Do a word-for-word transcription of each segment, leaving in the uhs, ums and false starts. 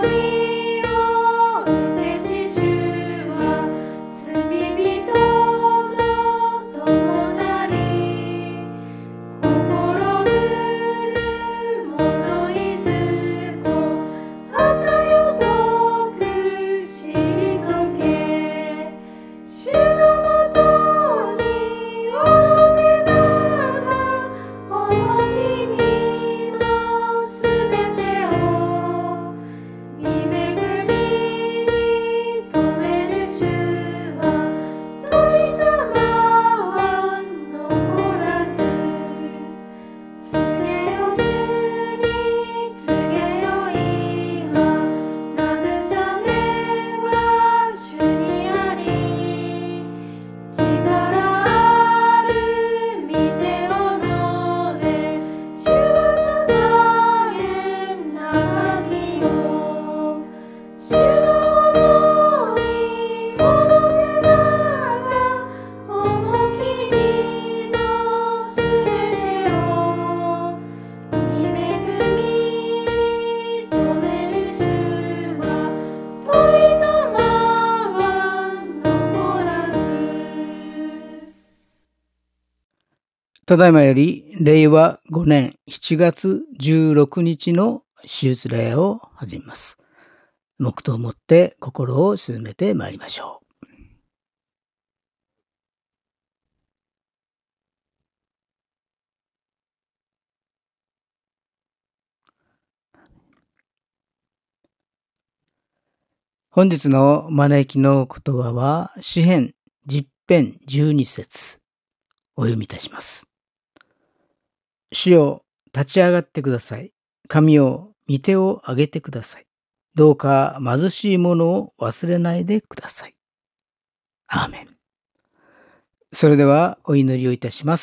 ただいまよりれいわごねんしちがつじゅうろくにちの手術礼を始めます。黙祷をもって心を静めてまいりましょう。本日の招きの言葉は詩編じゅっぺんじゅうにせつお読みいたします。主よ、立ち上がってください。神よ、御手を挙げてください。どうか貧しい者を忘れないでください。アーメン。それではお祈りをいたします。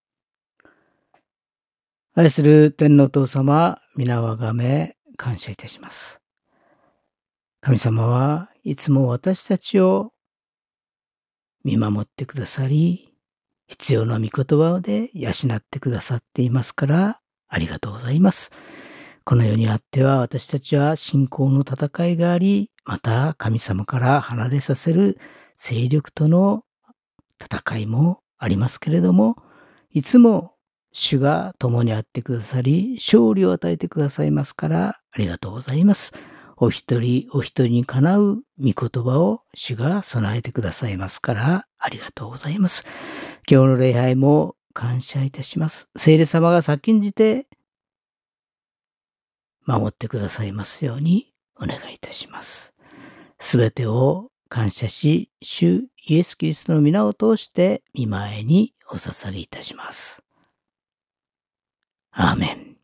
愛する天のお父様、皆をあがめ感謝いたします。神様はいつも私たちを見守ってくださり、必要な御言葉で養ってくださっていますからありがとうございます。この世にあっては私たちは信仰の戦いがあり、また神様から離れさせる勢力との戦いもありますけれども、いつも主が共にあってくださり、勝利を与えてくださいますからありがとうございます。お一人お一人にかなう御言葉を主が備えてくださいますからありがとうございます。今日の礼拝も感謝いたします。聖霊様が先んじて守ってくださいますようにお願いいたします。すべてを感謝し、主イエス・キリストの皆を通して御前にお捧げいたします。アーメン。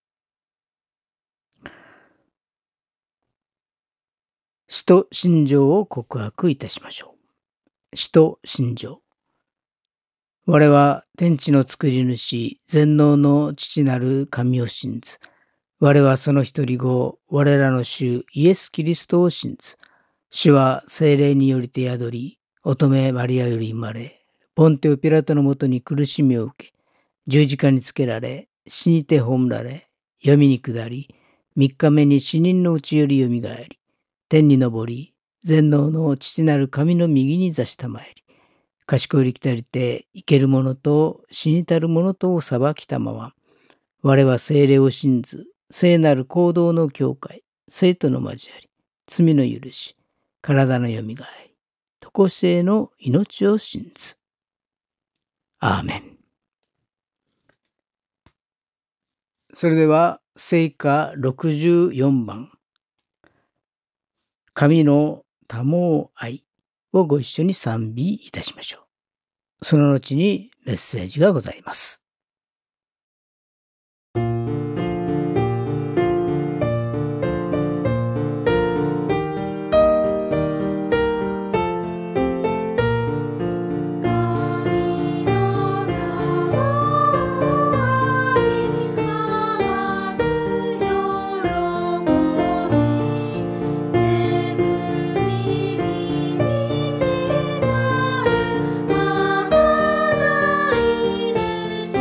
使徒信条を告白いたしましょう。使徒信条。我は天地の作り主、全能の父なる神を信ず。我はその一人子、我らの主イエス・キリストを信ず。主は聖霊によりて宿り、乙女マリアより生まれ、ポンテオ・ピラトのもとに苦しみを受け、十字架につけられ、死にて葬られ、読みに下り、三日目に死人のうちよりよみがえり、天に昇り、全能の父なる神の右に座したまえり、賢いりきたりて生ける者と死にたる者とを裁きたまま、我は聖霊を信ず、聖なる行動の教会、聖徒の交わり、罪の許し、体のよみがえり、常しえの命を信ず。アーメン。それでは聖歌ろくじゅうよんばん、神の多毛愛をご一緒に賛美いたしましょう。その後にメッセージがございます。 「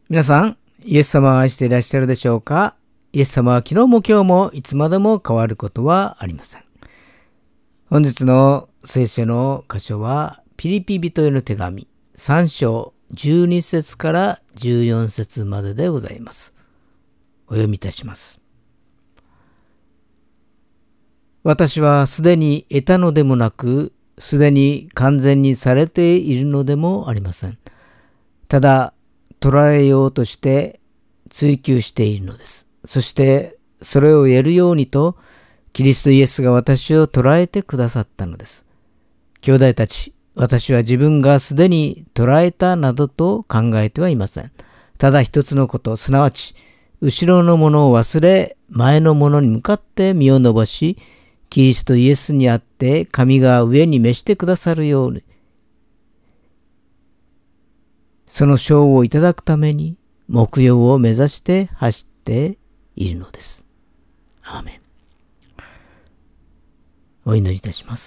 皆さん、イエス様を愛していらっしゃるでしょうか？イエス様は昨日も今日もいつまでも変わることはありません。本日の聖書の箇所はピリピ人への手紙さん章じゅうに節からじゅうよん節まででございます。お読みいたします。私はすでに得たのでもなく、すでに完全にされているのでもありません。ただ、捉えようとして追求しているのです。そしてそれをやるようにとキリストイエスが私を捉えてくださったのです。兄弟たち、私は自分がすでに捉えたなどと考えてはいません。ただ一つのこと、すなわち後ろのものを忘れ前のものに向かって身を伸ばし、キリストイエスにあって神が上に召してくださるように、その賞をいただくために目標を目指して走っているのです。アーメン。お祈りいたします。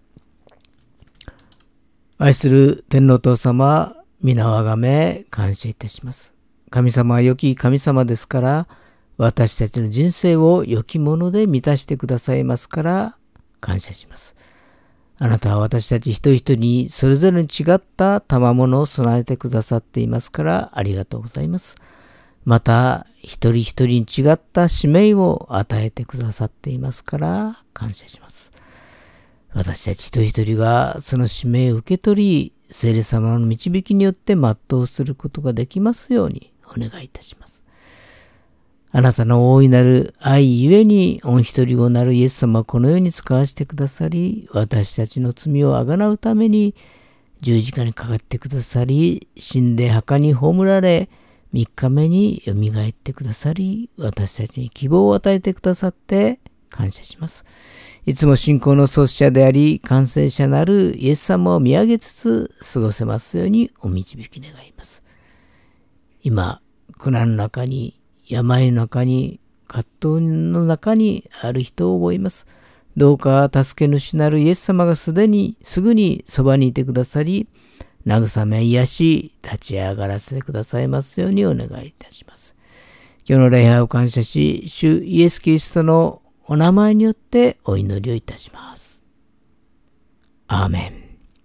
愛する天皇父様、皆をあがめ感謝いたします。神様は良き神様ですから、私たちの人生を良きもので満たしてくださいますから感謝します。あなたは私たち一人一人にそれぞれに違った賜物を備えてくださっていますからありがとうございます。また一人一人に違った使命を与えてくださっていますから感謝します。私たち一人一人がその使命を受け取り、聖霊様の導きによって全うすることができますようにお願いいたします。あなたの大いなる愛ゆえに御一人をなるイエス様はこの世に使わせてくださり、私たちの罪をあがなうために十字架にかかってくださり、死んで墓に葬られ、三日目によみがえってくださり、私たちに希望を与えてくださって感謝します。いつも信仰の創始者であり、完成者なるイエス様を見上げつつ過ごせますようにお導き願います。今、苦難の中に、病の中に、葛藤の中にある人を覚えます。どうか助け主なるイエス様がすでにすぐにそばにいてくださり、慰め癒し立ち上がらせてくださいますようにお願いいたします。今日の礼拝を感謝し、主イエスキリストのお名前によってお祈りをいたします。アーメン。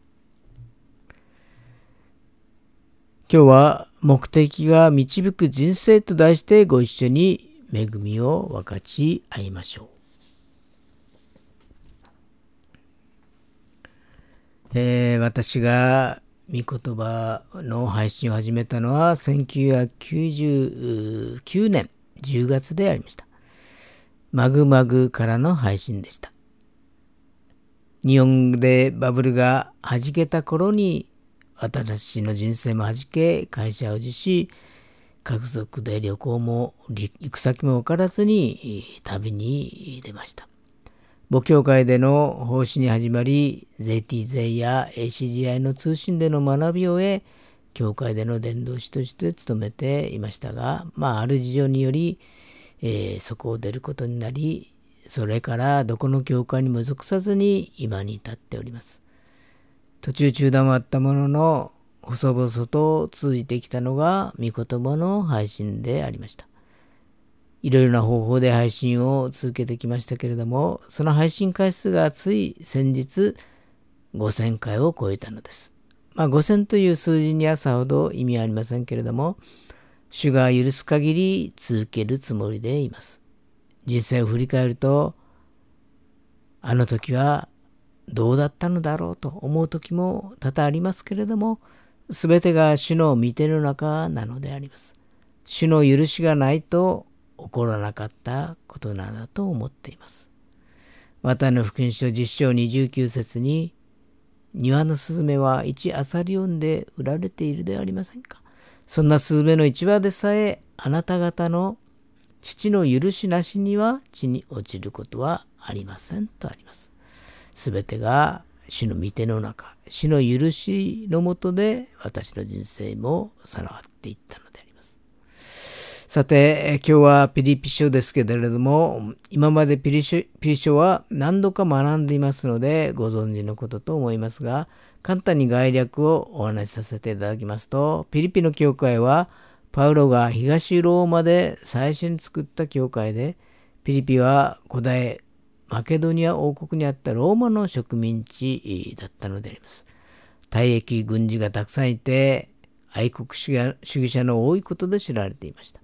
今日は目的が導く人生と題してご一緒に恵みを分かち合いましょう。えー、私が御言葉の配信を始めたのはせんきゅうひゃくきゅうじゅうきゅうねんじゅうがつでありました。マグマグからの配信でした。日本でバブルが弾けた頃に私の人生も弾け、会社を辞し、家族で旅行も行く先も分からずに旅に出ました。母教会での奉仕に始まり、ゼーティーゼー や エーシージーアイ の通信での学びを得、教会での伝道師として勤めていましたが、まあある事情により、えー、そこを出ることになり、それからどこの教会にも属さずに今に至っております。途中中断はあったものの、細々と続いてきたのが御言葉の配信でありました。いろいろな方法で配信を続けてきましたけれども、その配信回数がつい先日ごせんかいを超えたのです。まあごせんという数字にはさほど意味はありませんけれども、主が許す限り続けるつもりでいます。人生を振り返ると、あの時はどうだったのだろうと思う時も多々ありますけれども、すべてが主の御手の中なのであります。主の許しがないと起こらなかったことなんだと思っています。マタイの福音書じゅっ章にじゅうきゅう節に、庭のスズメは一アサリオンで売られているではありませんか。そんなスズメの一羽でさえ、あなた方の父の許しなしには地に落ちることはありませんとあります。すべてが主の御手の中、主の許しのもとで私の人生もさらわっていったのであります。さて、今日はピリピ書ですけれども、今までピリ書、ピリ書は何度か学んでいますのでご存知のことと思いますが、簡単に概略をお話しさせていただきますと、ピリピの教会はパウロが東ローマで最初に作った教会で、ピリピは古代マケドニア王国にあったローマの植民地だったのであります。退役軍事がたくさんいて、愛国主義者の多いことで知られていました。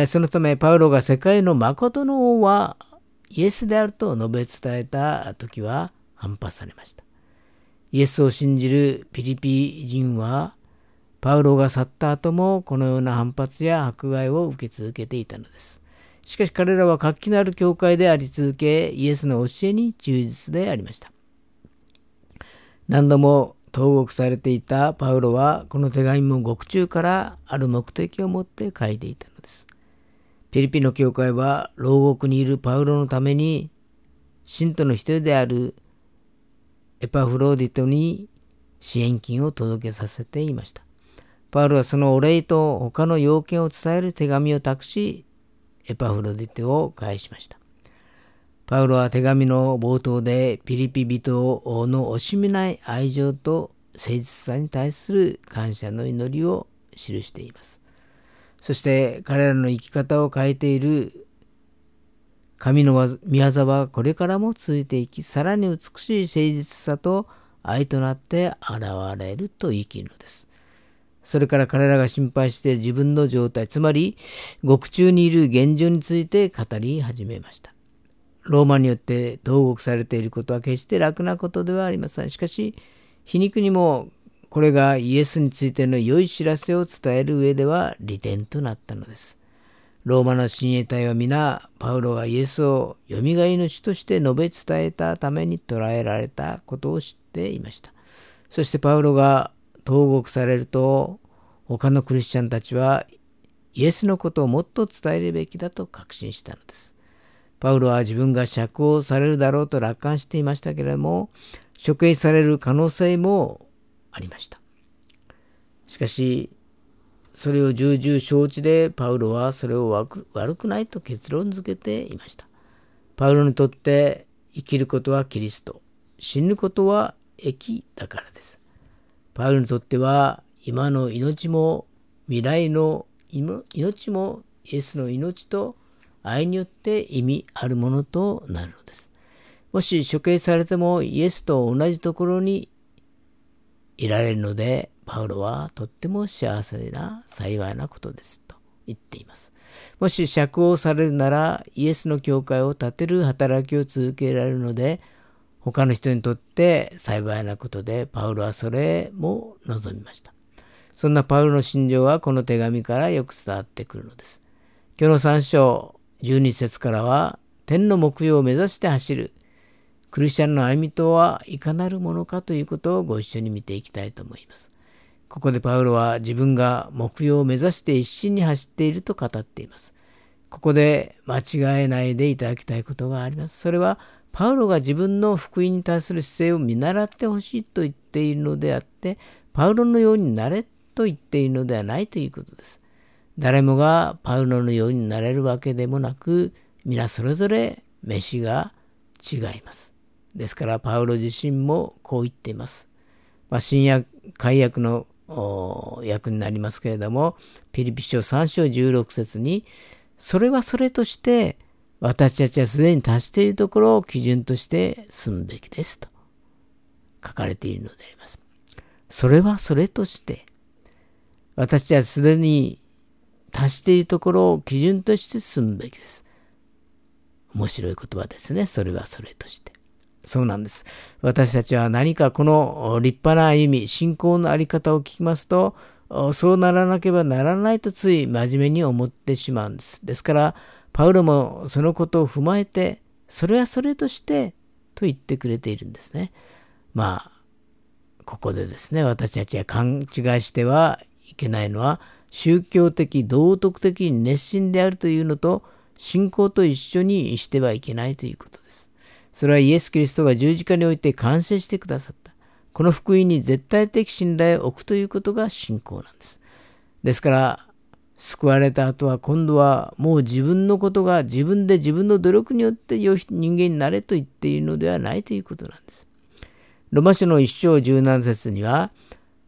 そのためパウロが世界の誠の王はイエスであると述べ伝えた時は反発されました。イエスを信じるピリピ人はパウロが去った後もこのような反発や迫害を受け続けていたのです。しかし彼らは活気のある教会であり続け、イエスの教えに忠実でありました。何度も投獄されていたパウロはこの手紙も獄中からある目的を持って書いていたのです。ピリピの教会は牢獄にいるパウロのために信徒の一人であるエパフロディトに支援金を届けさせていました。パウロはそのお礼と他の要件を伝える手紙を託し、エパフロディトを返しました。パウロは手紙の冒頭でピリピ人の惜しみない愛情と誠実さに対する感謝の祈りを記しています。そして彼らの生き方を変えている神の御業はこれからも続いていき、さらに美しい誠実さと愛となって現れると言い切るのです。それから彼らが心配している自分の状態、つまり獄中にいる現状について語り始めました。ローマによって投獄されていることは決して楽なことではありません。しかし皮肉にもこれがイエスについての良い知らせを伝える上では利点となったのです。ローマの親衛隊は皆パウロがイエスをよみがえりの主として述べ伝えたために捕らえられたことを知っていました。そしてパウロが投獄されると他のクリスチャンたちはイエスのことをもっと伝えるべきだと確信したのです。パウロは自分が釈放されるだろうと楽観していましたけれども、処刑される可能性もありました。しかしそれを重々承知でパウロはそれを悪くないと結論付けていました。パウロにとって生きることはキリスト、死ぬことは益だからです。パウロにとっては今の命も未来の命もイエスの命と愛によって意味あるものとなるのです。もし処刑されてもイエスと同じところにいられるので、パウロはとっても幸せな幸いなことですと言っています。もし釈放されるならイエスの教会を建てる働きを続けられるので、他の人にとって幸いなことで、パウロはそれも望みました。そんなパウロの心情はこの手紙からよく伝わってくるのです。今日のさん章じゅうに節からは、天の目標を目指して走るクリスチャンの歩みとはいかなるものかということをご一緒に見ていきたいと思います。ここでパウロは自分が目標を目指して一心に走っていると語っています。ここで間違えないでいただきたいことがあります。それはパウロが自分の福音に対する姿勢を見習ってほしいと言っているのであって、パウロのようになれと言っているのではないということです。誰もがパウロのようになれるわけでもなく、皆それぞれ召しが違います。ですからパウロ自身もこう言っています。まあ、新約改訳の訳になりますけれども、ピリピ書さん章じゅうろく節に、それはそれとして私たちはすでに達しているところを基準として進むべきですと書かれているのであります。それはそれとして私たちはすでに達しているところを基準として進むべきです。面白い言葉ですね。それはそれとして。そうなんです。私たちは何かこの立派な歩み、信仰のあり方を聞きますと、そうならなければならないとつい真面目に思ってしまうんです。ですから、パウロもそのことを踏まえて、それはそれとしてと言ってくれているんですね。まあ、ここでですね、私たちが勘違いしてはいけないのは、宗教的、道徳的に熱心であるというのと、信仰と一緒にしてはいけないということです。それはイエス・キリストが十字架において完成してくださった。この福音に絶対的信頼を置くということが信仰なんです。ですから、救われた後は今度はもう自分のことが自分で自分の努力によって良い人間になれと言っているのではないということなんです。ロマ書のいち章じゅうなな節には、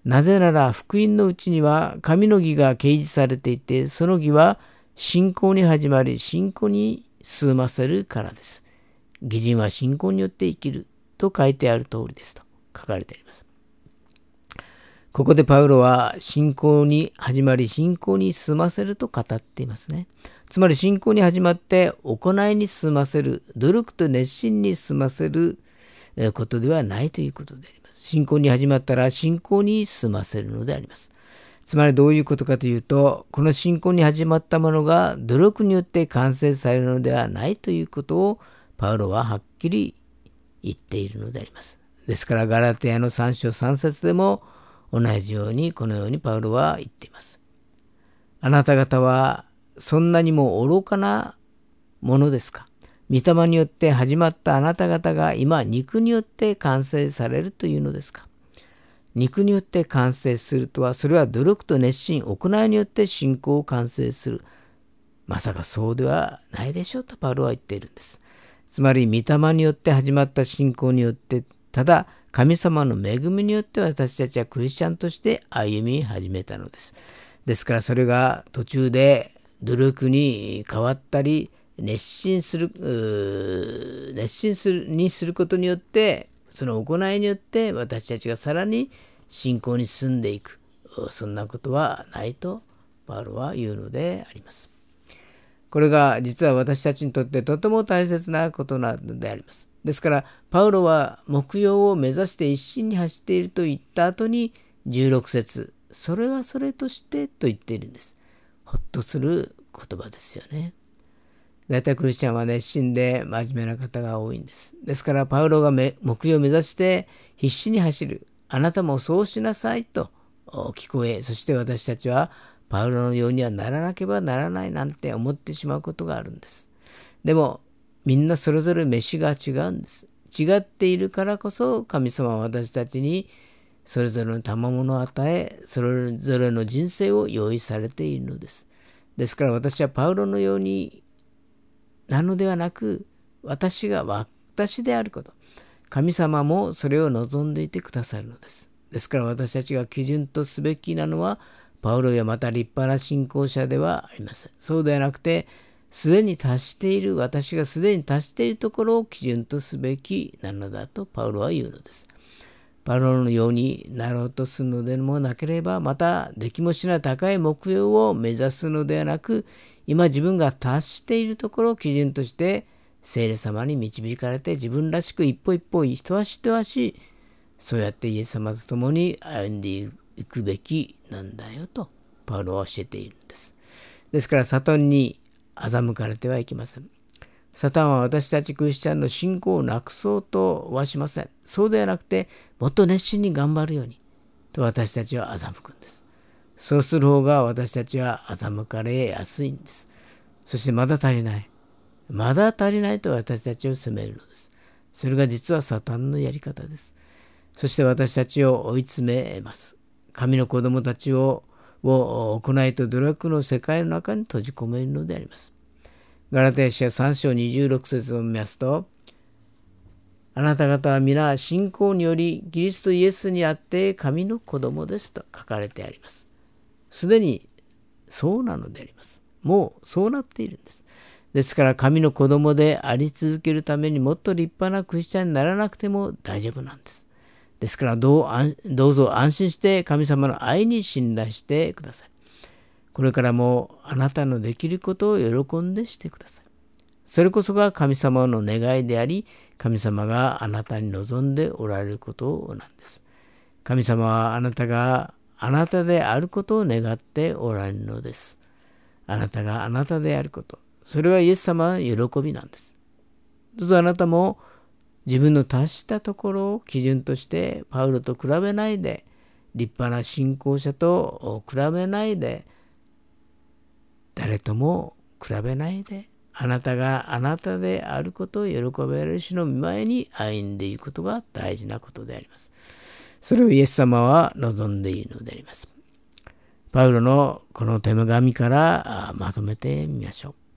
なぜなら福音のうちには神の義が掲示されていて、その義は信仰に始まり、信仰に進ませるからです。義人は信仰によって生きると書いてある通りですと書かれてあります。ここでパウロは信仰に始まり、信仰に進ませると語っていますね。つまり信仰に始まって行いに進ませる、努力と熱心に進ませることではないということであります。信仰に始まったら信仰に進ませるのであります。つまりどういうことかというと、この信仰に始まったものが努力によって完成されるのではないということをパウロははっきり言っているのであります。ですからガラテヤのさん章さん節でも同じようにこのようにパウロは言っています。あなた方はそんなにも愚かなものですか。御霊によって始まったあなた方が今肉によって完成されるというのですか。肉によって完成するとは、それは努力と熱心、行いによって信仰を完成する。まさかそうではないでしょうとパウロは言っているんです。つまり御霊によって始まった信仰によって、ただ神様の恵みによって私たちはクリスチャンとして歩み始めたのです。ですからそれが途中で努力に変わったり、熱心する、熱心するにすることによって、その行いによって私たちがさらに信仰に進んでいく。そんなことはないとパウロは言うのであります。これが実は私たちにとってとても大切なことなのであります。ですからパウロは目標を目指して一心に走っていると言った後にじゅうろく節、それはそれとしてと言っているんです。ほっとする言葉ですよね。大体クリスチャンは熱心で真面目な方が多いんです。ですからパウロが目標を目指して必死に走る。あなたもそうしなさいと聞こえ、そして私たちはパウロのようにはならなければならないなんて思ってしまうことがあるんです。でもみんなそれぞれ飯が違うんです。違っているからこそ神様は私たちにそれぞれの賜物を与え、それぞれの人生を用意されているのです。ですから私はパウロのようになのではなく、私が私であること、神様もそれを望んでいてくださるのです。ですから私たちが基準とすべきなのは、パウロやまた立派な信仰者ではありません。そうではなくて、すでに達している、私がすでに達しているところを基準とすべきなのだとパウロは言うのです。パウロのようになろうとするのでもなければ、またできもしない高い目標を目指すのではなく、今自分が達しているところを基準として聖霊様に導かれて、自分らしく一歩一歩一足一足、そうやってイエス様と共に歩んでいくべきなんだよとパウロは教えているんです。ですからサタンに欺かれてはいけません。サタンは私たちクリスチャンの信仰をなくそうとはしません。そうではなくて、もっと熱心に頑張るようにと私たちは欺くんです。そうする方が私たちは欺かれやすいんです。そしてまだ足りない。まだ足りないと私たちを責めるのです。それが実はサタンのやり方です。そして私たちを追い詰めます。神の子供たちをを行いと努力の世界の中に閉じ込めるのであります。ガラテヤ書さん章にじゅうろく節を見ますと、あなた方は皆信仰によりキリストイエスにあって神の子供ですと書かれてあります。すでにそうなのであります。もうそうなっているんです。ですから神の子供であり続けるためにもっと立派なクリスチャンにならなくても大丈夫なんです。ですからどう、どうぞ安心して神様の愛に信頼してください。これからもあなたのできることを喜んでしてください。それこそが神様の願いであり、神様があなたに望んでおられることなんです。神様はあなたがあなたであることを願っておられるのです。あなたがあなたであること。それはイエス様の喜びなんです。どうぞあなたも自分の達したところを基準としてパウロと比べないで、立派な信仰者と比べないで、誰とも比べないで、あなたがあなたであることを喜べる主の御前に歩んでいくことが大事なことであります。それをイエス様は望んでいるのであります。パウロのこの手紙からまとめてみましょう。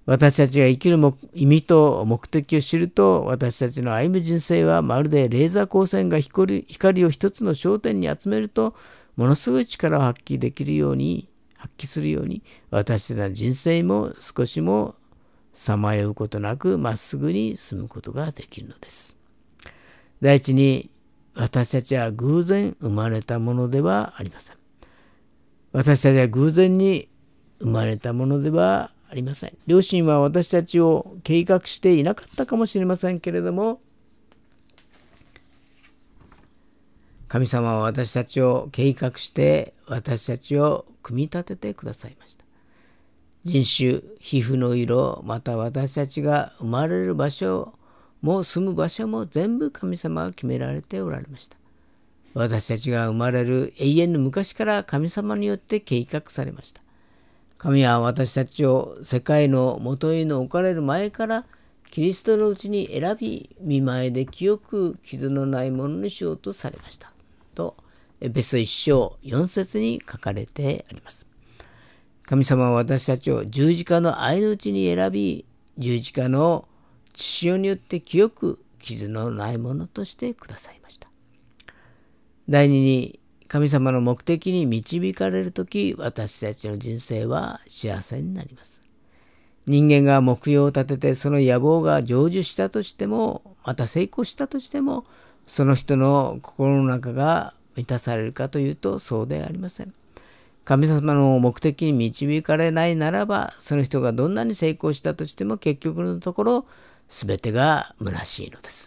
私たちが生きる意味と目的を知ると、私たちの歩む人生はまるでレーザー光線が光を一つの焦点に集めると、ものすごい力を発揮できるように、発揮するように、私たちの人生も少しもさまようことなくまっすぐに進むことができるのです。第一に、私たちは偶然生まれたものではありません。私たちは偶然に生まれたものではありません。両親は私たちを計画していなかったかもしれませんけれども、神様は私たちを計画して私たちを組み立ててくださいました。人種、皮膚の色、また私たちが生まれる場所も住む場所も全部神様が決められておられました。私たちが生まれる永遠の昔から神様によって計画されました。神は私たちを世界の元への置かれる前からキリストのうちに選び、御前で清く傷のないものにしようとされました。と、エペソいっ章よん節に書かれてあります。神様は私たちを十字架の愛のうちに選び、十字架の血潮によって清く傷のないものとしてくださいました。第二に、神様の目的に導かれるとき、私たちの人生は幸せになります。人間が目標を立ててその野望が成就したとしても、また成功したとしても、その人の心の中が満たされるかというとそうではありません。神様の目的に導かれないならば、その人がどんなに成功したとしても結局のところ全てが虚しいのです。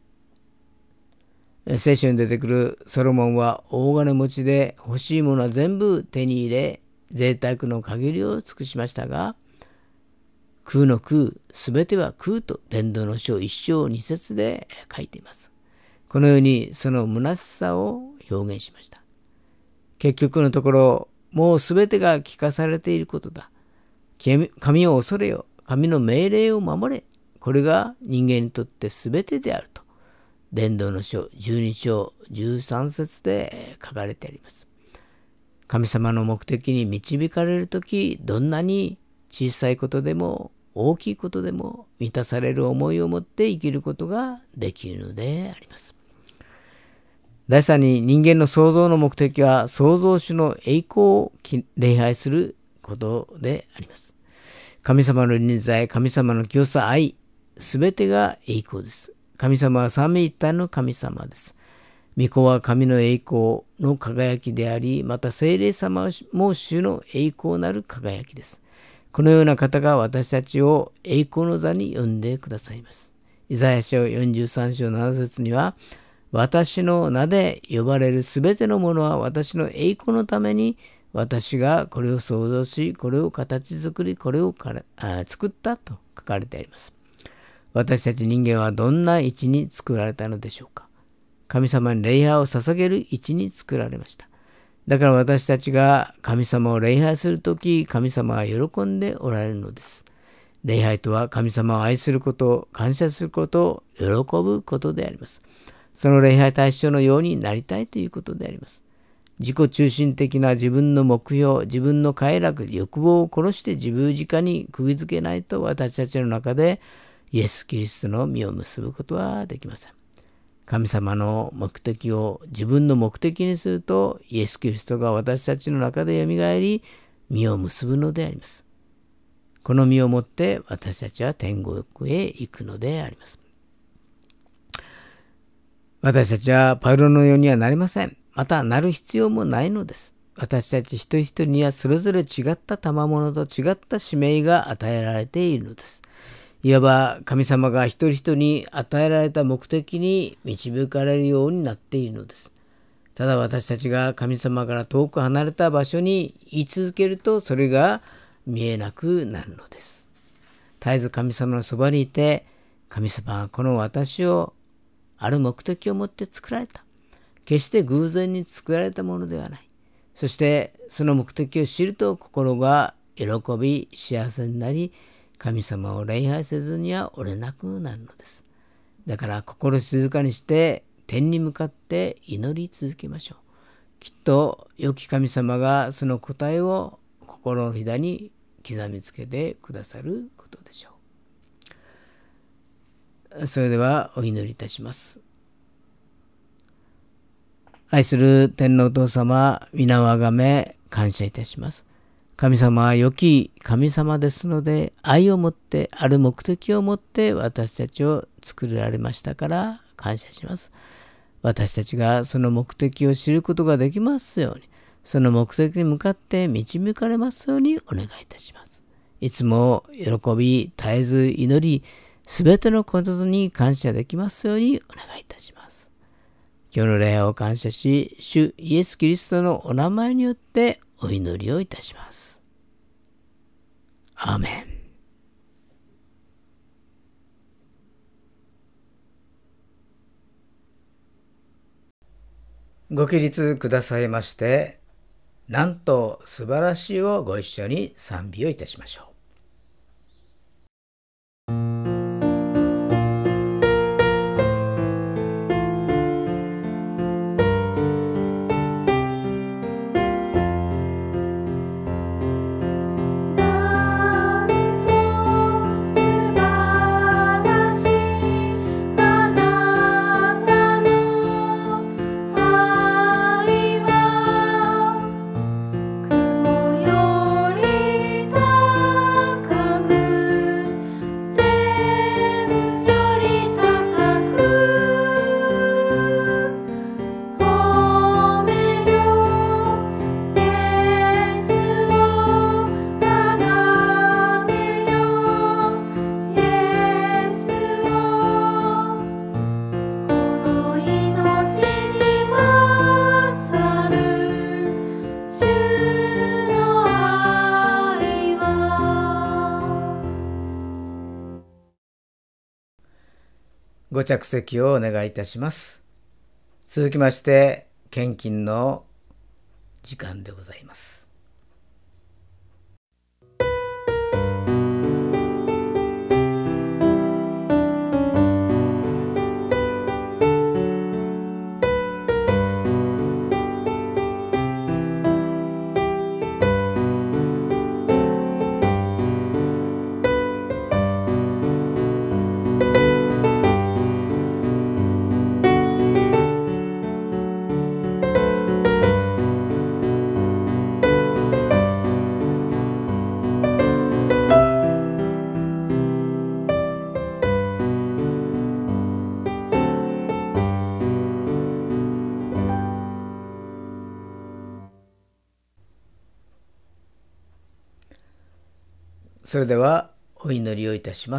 聖書に出てくるソロモンは大金持ちで欲しいものは全部手に入れ、贅沢の限りを尽くしましたが、空の空、すべては空と伝道の書一章二節で書いています。このようにその虚しさを表現しました。結局のところ、もうすべてが聞かされていることだ。神を恐れよ。神の命令を守れ。これが人間にとってすべてであると。伝道の書じゅうに章じゅうさん節で書かれてあります。神様の目的に導かれるとき、どんなに小さいことでも大きいことでも満たされる思いを持って生きることができるのであります。第三に、人間の創造の目的は創造主の栄光を礼拝することであります。神様の臨在、神様の清さ、愛、すべてが栄光です。神様は三位一体の神様です。御子は神の栄光の輝きであり、また聖霊様も主の栄光なる輝きです。このような方が私たちを栄光の座に呼んでくださいます。イザヤ書よんじゅうさん章なな節には、私の名で呼ばれるすべてのものは私の栄光のために、私がこれを創造し、これを形作り、これをからあ作ったと書かれてあります。私たち人間はどんな位置に作られたのでしょうか。神様に礼拝を捧げる位置に作られました。だから私たちが神様を礼拝するとき、神様は喜んでおられるのです。礼拝とは神様を愛すること、感謝すること、喜ぶことであります。その礼拝対象のようになりたいということであります。自己中心的な自分の目標、自分の快楽、欲望を殺して十字架に釘付けないと、私たちの中でイエス・キリストの実を結ぶことはできません。神様の目的を自分の目的にすると、イエス・キリストが私たちの中でよみがえり、実を結ぶのであります。この実をもって私たちは天国へ行くのであります。私たちはパウロのようにはなりません。またなる必要もないのです。私たち一人一人にはそれぞれ違った賜物と違った使命が与えられているのです。いわば神様が一人一人に与えられた目的に導かれるようになっているのです。ただ私たちが神様から遠く離れた場所に居続けると、それが見えなくなるのです。絶えず神様のそばにいて、神様はこの私をある目的を持って作られた。決して偶然に作られたものではない。そしてその目的を知ると心が喜び幸せになり、神様を礼拝せずにはおれなくなるのです。だから心静かにして天に向かって祈り続けましょう。きっと良き神様がその答えを心のひだに刻みつけてくださることそれではお祈りいたします。愛する天皇お父様、皆をあがめ感謝いたします。神様は良き神様ですので、愛を持ってある目的を持って私たちを作られましたから感謝します。私たちがその目的を知ることができますように、その目的に向かって導かれますようにお願いいたします。いつも喜び絶えず祈り、すべてのことに感謝できますようにお願いいたします。今日の礼拝を感謝し、主イエス・キリストのお名前によってお祈りをいたします。アーメン。ご起立くださいまして、なんと素晴らしいをご一緒に賛美をいたしましょう。ご着席をお願いいたします。続きまして、献金の時間でございます。それではお祈りをいたします。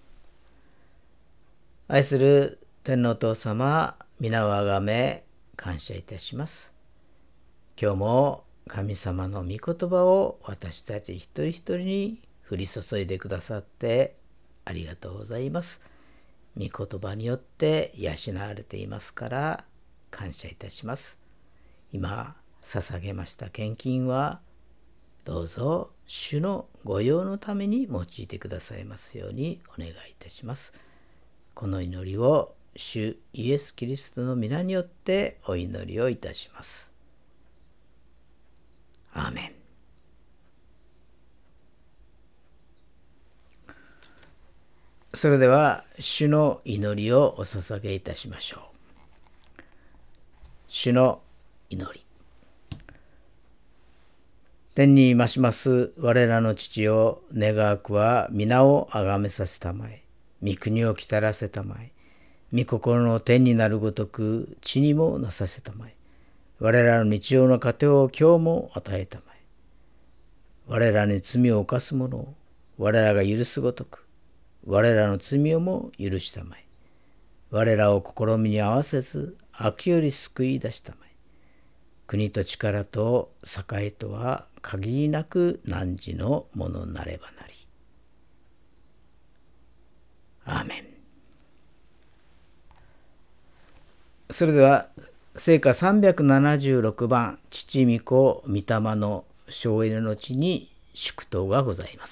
愛する天皇お父様、皆をあがめ感謝いたします。今日も神様の御言葉を私たち一人一人に降り注いでくださってありがとうございます。御言葉によって養われていますから感謝いたします。今捧げました献金はどうぞ主の御用のために用いてくださいますようにお願いいたします。この祈りを主イエス・キリストの皆によってお祈りをいたします。アーメン。それでは主の祈りをお捧げいたしましょう。主の祈り。天に増します我らの父を願わくは皆をあがめさせたまえ、御国をきたらせたまえ、御心の天になるごとく地にもなさせたまえ、我らの日常の糧を今日も与えたまえ、我らに罪を犯す者を我らが許すごとく我らの罪をも許したまえ、我らを試みに合わせず悪より救い出したまえ、国と力と栄とは限りなく汝のものなればなり。アーメン。それでは聖歌さんびゃくななじゅうろくばん、父御子御霊の省エネの地に祝祷がございます。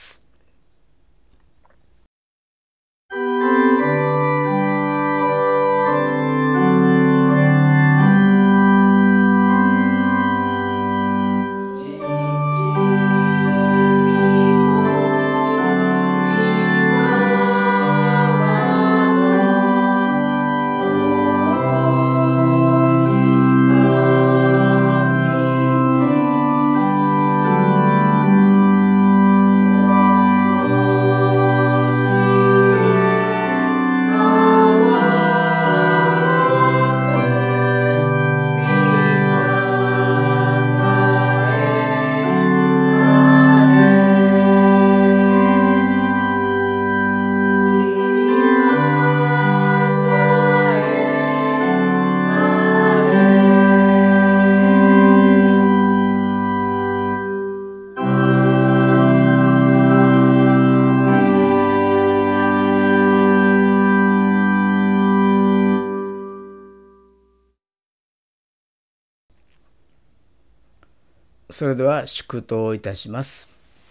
それでは祝祷いたします。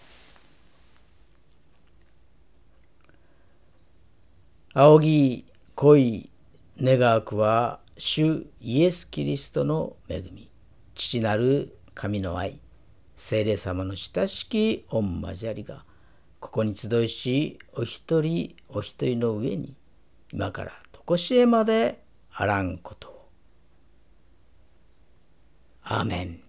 仰ぎ恋願わくは主イエス・キリストの恵み、父なる神の愛、聖霊様の親しき御交わりが、ここに集いし、お一人お一人の上に、今からとこしえまであらんことを。アーメン。